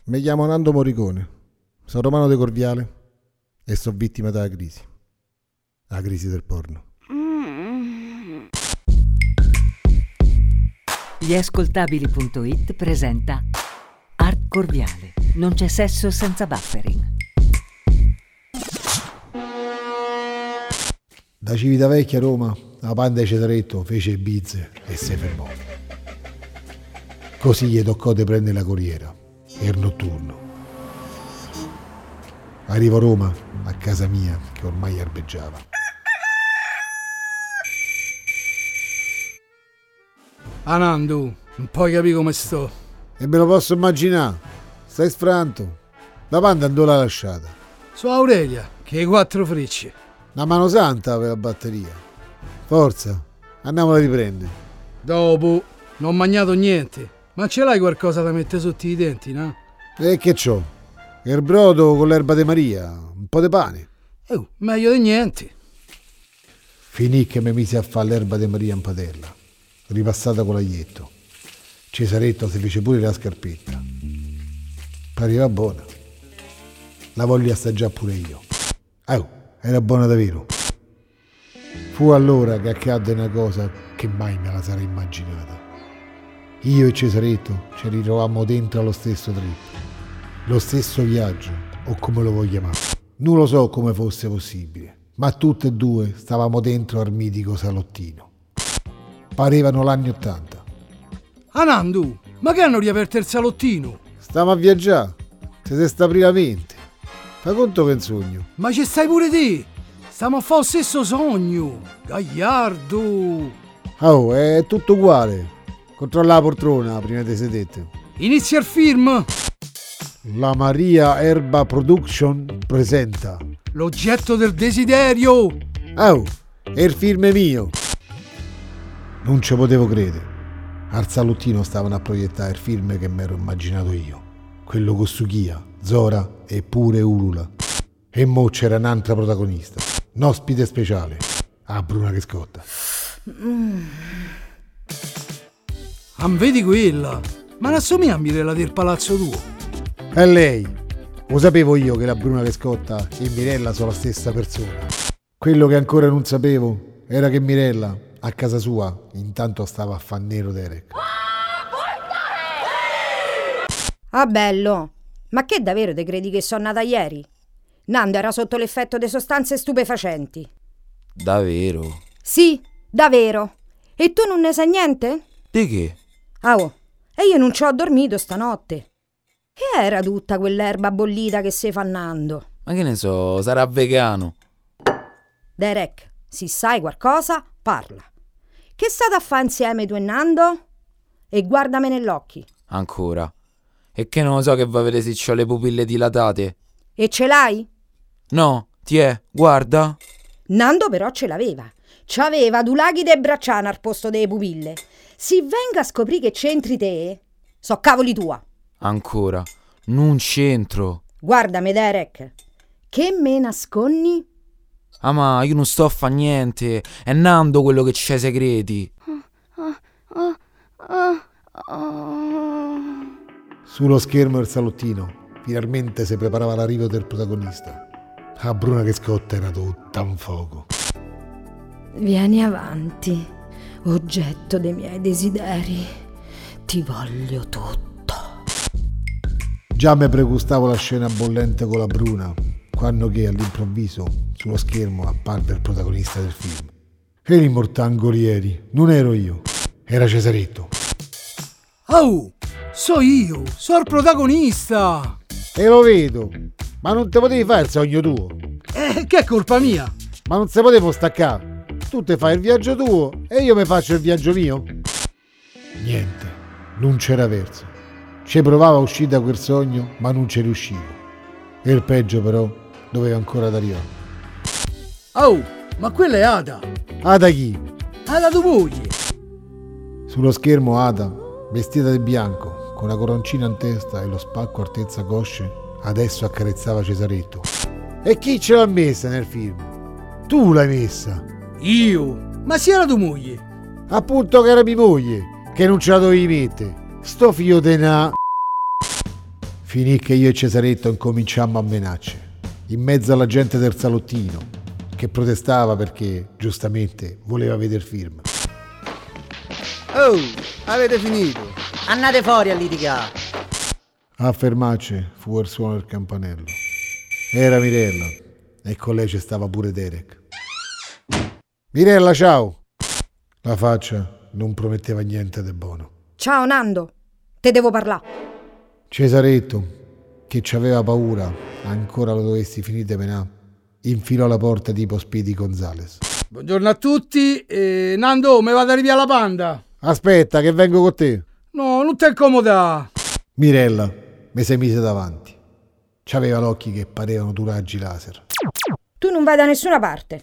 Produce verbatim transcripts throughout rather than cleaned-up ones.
Mi chiamo Nando Morricone, sono romano de Corviale e sono vittima della crisi. La crisi del porno. Gli ascoltabili punto it presenta Art Corviale. Non c'è sesso senza buffering. Da Civitavecchia a Roma, la Panda di Cesaretto fece bizze e si fermò. Così gli toccò di prendere la corriera, il notturno. Arrivo a Roma, a casa mia, che ormai arbeggiava. Anandu, non puoi capire come sto. E me lo posso immaginare, stai sfranto. La Panda andò l'ha lasciata. Su Aurelia, che hai quattro frecce. Una mano santa per la batteria. Forza, andiamo a riprendere. Dopo, non ho mangiato niente. Ma ce l'hai qualcosa da mettere sotto i denti, no? E che c'ho? Il brodo con l'erba de Maria, un po' di pane. Oh, meglio di niente. Finì che mi misi a fare l'erba de Maria in padella, ripassata con l'aglietto. Cesaretto si fece pure la scarpetta. Pareva buona. La voglio assaggiare pure io. Oh, era buona davvero. Fu allora che accadde una cosa che mai me la sarei immaginata. Io e Cesaretto ci ritrovammo dentro allo stesso trip, lo stesso viaggio, o come lo vuoi chiamare. Non lo so come fosse possibile, ma tutte e due stavamo dentro al mitico salottino. Parevano l'anni ottanta. Anandu, ma che hanno riaperto il salottino? Stiamo a viaggiare, se si sta aprire la mente. Fai conto che è un sogno. Ma ci stai pure te! Stiamo a fare lo stesso sogno! Gagliardo! Oh, è tutto uguale. Controlla la poltrona prima di sedete. Inizia il film! La Maria Erba Production presenta L'oggetto del desiderio! Oh, è il film mio! Non ci potevo credere. Al salottino stavano a proiettare il film che mi ero immaginato io. Quello con Suchia, Zora e pure Ulula. E mo c'era un'altra protagonista. Un ospite speciale. Ah, Bruna che scotta. Mm. Ah, vedi quella? Ma non assomiglia a Mirella del palazzo tuo? È lei. Lo sapevo io che la Bruna che scotta e Mirella sono la stessa persona. Quello che ancora non sapevo era che Mirella, a casa sua, intanto stava a fan nero Derek. Ah, bello! Ma che davvero te credi che sono nata ieri? Nando era sotto l'effetto di sostanze stupefacenti. Davvero? Sì, davvero. E tu non ne sai niente? Di che? Ah, oh, e io non ci ho dormito stanotte. Che era tutta quell'erba bollita che si fa Nando? Ma che ne so, sarà vegano. Derek, se sai qualcosa, parla. Che state a fare insieme tu e Nando? E guardami negli occhi. Ancora? E che non lo so che va a vedere se c'ho le pupille dilatate. E ce l'hai? No, ti è, guarda. Nando però ce l'aveva. C'aveva due laghi de bracciana al posto delle pupille. Si venga a scoprire che c'entri te, so cavoli tua. Ancora, non c'entro. Guardami Derek, che me nasconni? Ah, ma io non sto a fa niente. È Nando quello che c'ha i segreti. Sullo schermo del salottino finalmente si preparava l'arrivo del protagonista. La Bruna che scotta era tutta un fuoco. Vieni avanti, oggetto dei miei desideri. Ti voglio tutto. Già mi pregustavo la scena bollente con la Bruna, quando che all'improvviso sullo schermo apparve il protagonista del film. E li mortangolieri, non ero io, era Cesaretto. Oh, so io, so il protagonista! E lo vedo, ma non te potevi fare il sogno tuo? Eh, che è colpa mia? Ma non se potevo staccare. Tu te fai il viaggio tuo e io mi faccio il viaggio mio? Niente, non c'era verso. Ci provavo a uscire da quel sogno, ma non ci riuscivo. E il peggio però doveva ancora ad arrivare. Oh, ma quella è Ada! Ada chi? Ada tua moglie! Sullo schermo Ada, vestita di bianco, con la coroncina in testa e lo spacco altezza cosce, adesso accarezzava Cesaretto. E chi ce l'ha messa nel film? Tu l'hai messa! Io? Ma sia la tua moglie! Appunto che era mia moglie, che non ce la dovevi mettere. Sto figlio de na... Finì che io e Cesaretto incominciammo a menarci, in mezzo alla gente del salottino, che protestava perché, giustamente, voleva vedere film. Oh, avete finito? Andate fuori a litigare. A fermarci fu il suono del campanello. Era Mirella e con lei ci stava pure Derek. Mirella, ciao! La faccia non prometteva niente di buono. Ciao Nando, te devo parlare. Cesaretto, che ci aveva paura, ancora lo dovessi finire di menà, infilò la porta tipo Speedy Gonzales. Buongiorno a tutti. E Nando, me vado a via la panda. Aspetta, che vengo con te. No, non ti incomoda. Mirella mi si mise davanti. C'aveva gli occhi che parevano due raggi laser. Tu non vai da nessuna parte.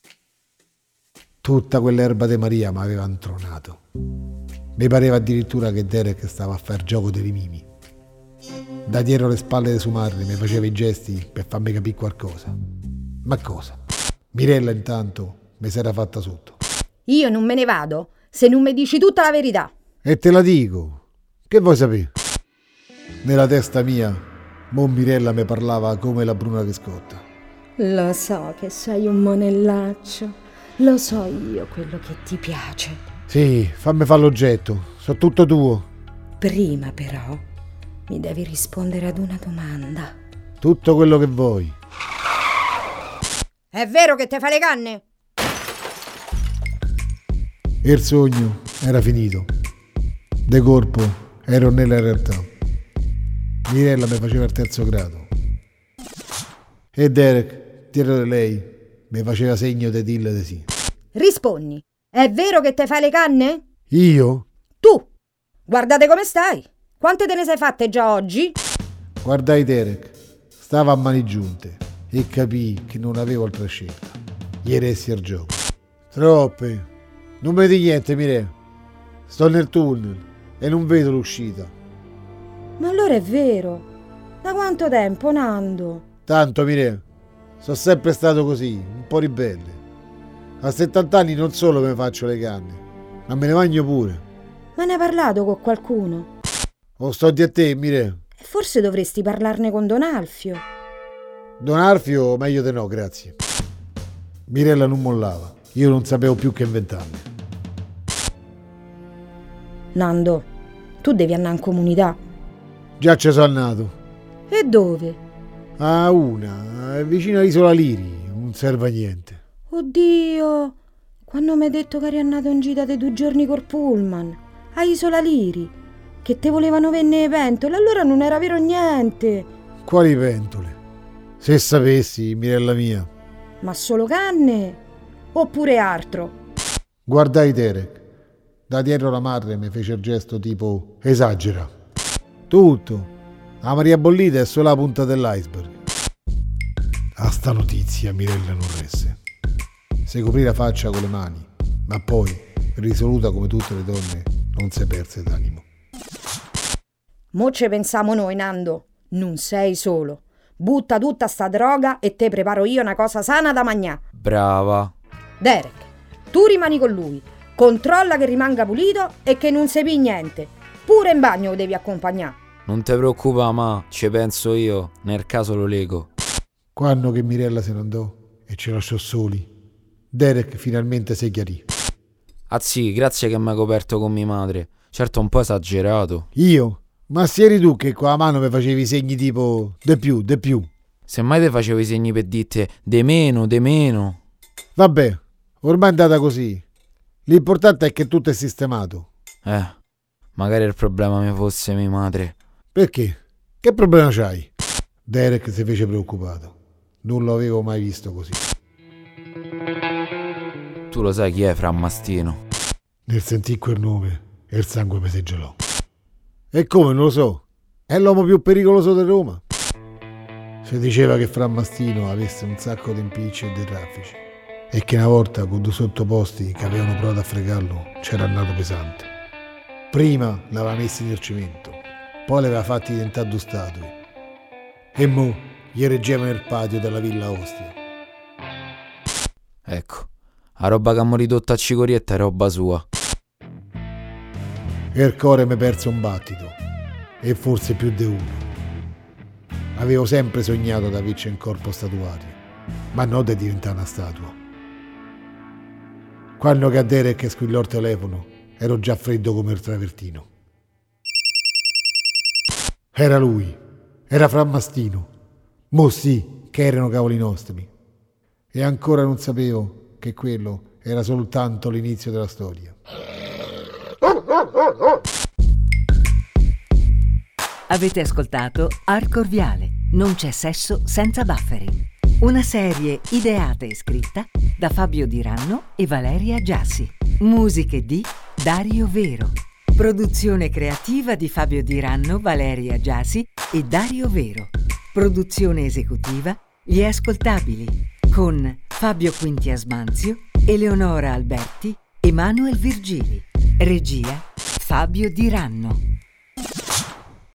Tutta quell'erba di Maria mi aveva intronato. Mi pareva addirittura che Derek stava a far gioco dei mimi. Da dietro le spalle di suo madre mi faceva i gesti per farmi capire qualcosa. Ma cosa? Mirella intanto mi si era fatta sotto. Io non me ne vado se non mi dici tutta la verità. E te la dico. Che vuoi sapere? Nella testa mia, mo Mirella mi parlava come la Bruna che scotta. Lo so che sei un monellaccio. Lo so io quello che ti piace. Sì, fammi fare l'oggetto. So tutto tuo. Prima però mi devi rispondere ad una domanda. Tutto quello che vuoi. È vero che te fa le canne? E il sogno era finito. De corpo ero nella realtà. Mirella mi faceva il terzo grado. E Derek, dietro di lei, mi faceva segno di dille di sì. Rispondi. È vero che te fai le canne? Io? Tu. Guardate come stai. Quante te ne sei fatte già oggi? Guardai Derek. Stava a mani giunte e capii che non avevo altra scelta. Gli ressi al gioco. Troppe. Non vedi niente, Mirella. Sto nel tunnel e non vedo l'uscita. Ma allora è vero. Da quanto tempo, Nando? Tanto, Mirella. Sono sempre stato così, un po' ribelle. A settanta anni non solo me faccio le canne, ma me ne bagno pure. Ma ne hai parlato con qualcuno? O sto di a te, Mirella? Forse dovresti parlarne con Don Alfio. Don Alfio, meglio di no, grazie. Mirella non mollava. Io non sapevo più che inventarmi. Nando, tu devi andare in comunità. Già ci sono nato. E dove? A una, vicino all'isola Liri, non serve a niente. Oddio, quando mi hai detto che eri andato in gita dei due giorni col pullman, a Isola Liri, che te volevano venne pentole, allora non era vero niente. Quali pentole? Se sapessi, Mirella mia. Ma solo canne? Oppure altro? Guardai Derek. Da dietro la madre mi fece il gesto tipo esagera. Tutto. La Maria bollita è solo la punta dell'iceberg. A sta notizia Mirella non resse. Si coprì la faccia con le mani, ma poi, risoluta come tutte le donne, non si perse d'animo. Mo ce pensiamo noi, Nando. Non sei solo. Butta tutta sta droga e te preparo io una cosa sana da mangià. Brava. Derek, tu rimani con lui. Controlla che rimanga pulito e che non sepi niente. Pure in bagno lo devi accompagnare. Non ti preoccupa, ma ci penso io. Nel caso lo lego. Quando che Mirella se ne andò e ci lasciò soli, Derek finalmente si chiarì. Ah sì, grazie che mi hai coperto con mia madre. Certo un po' esagerato. Io? Ma se eri tu che con la mano mi facevi segni tipo de più, de più. Semmai te facevo i segni per dite de meno, de meno. Vabbè, ormai è andata così. L'importante è che tutto è sistemato. Eh, magari il problema mi fosse mia madre. Perché? Che problema c'hai? Derek si fece preoccupato. Non lo avevo mai visto così. Tu lo sai chi è Fra Mastino? Nel sentì quel nome e il sangue mi si gelò. E come, non lo so. È l'uomo più pericoloso di Roma. Si diceva che Fra Mastino avesse un sacco di impicci e di traffici e che una volta con due sottoposti che avevano provato a fregarlo c'era andato pesante. Prima l'aveva messo nel cemento, poi l'aveva fatti diventare due statue e mo gli reggeva nel patio della Villa Ostia. Ecco, la roba che ha ridotto a Cicorietta è roba sua. E il cuore mi perse un battito, e forse più di uno. Avevo sempre sognato di averci in corpo statuario, ma non di diventare una statua. Quando cadere e che squillò il telefono, ero già freddo come il travertino. Era lui, era Fra Mastino. Mo sì, che erano cavoli nostri. E ancora non sapevo che quello era soltanto l'inizio della storia. Avete ascoltato Arco Viale, non c'è sesso senza buffering. Una serie ideata e scritta da Fabio Diranno e Valeria Giassi. Musiche di Dario Vero. Produzione creativa di Fabio Diranno, Valeria Giassi e Dario Vero. Produzione esecutiva Gli Ascoltabili con Fabio Quinti Asmanzio, Eleonora Alberti e Manuel Virgili. Regia Fabio Diranno.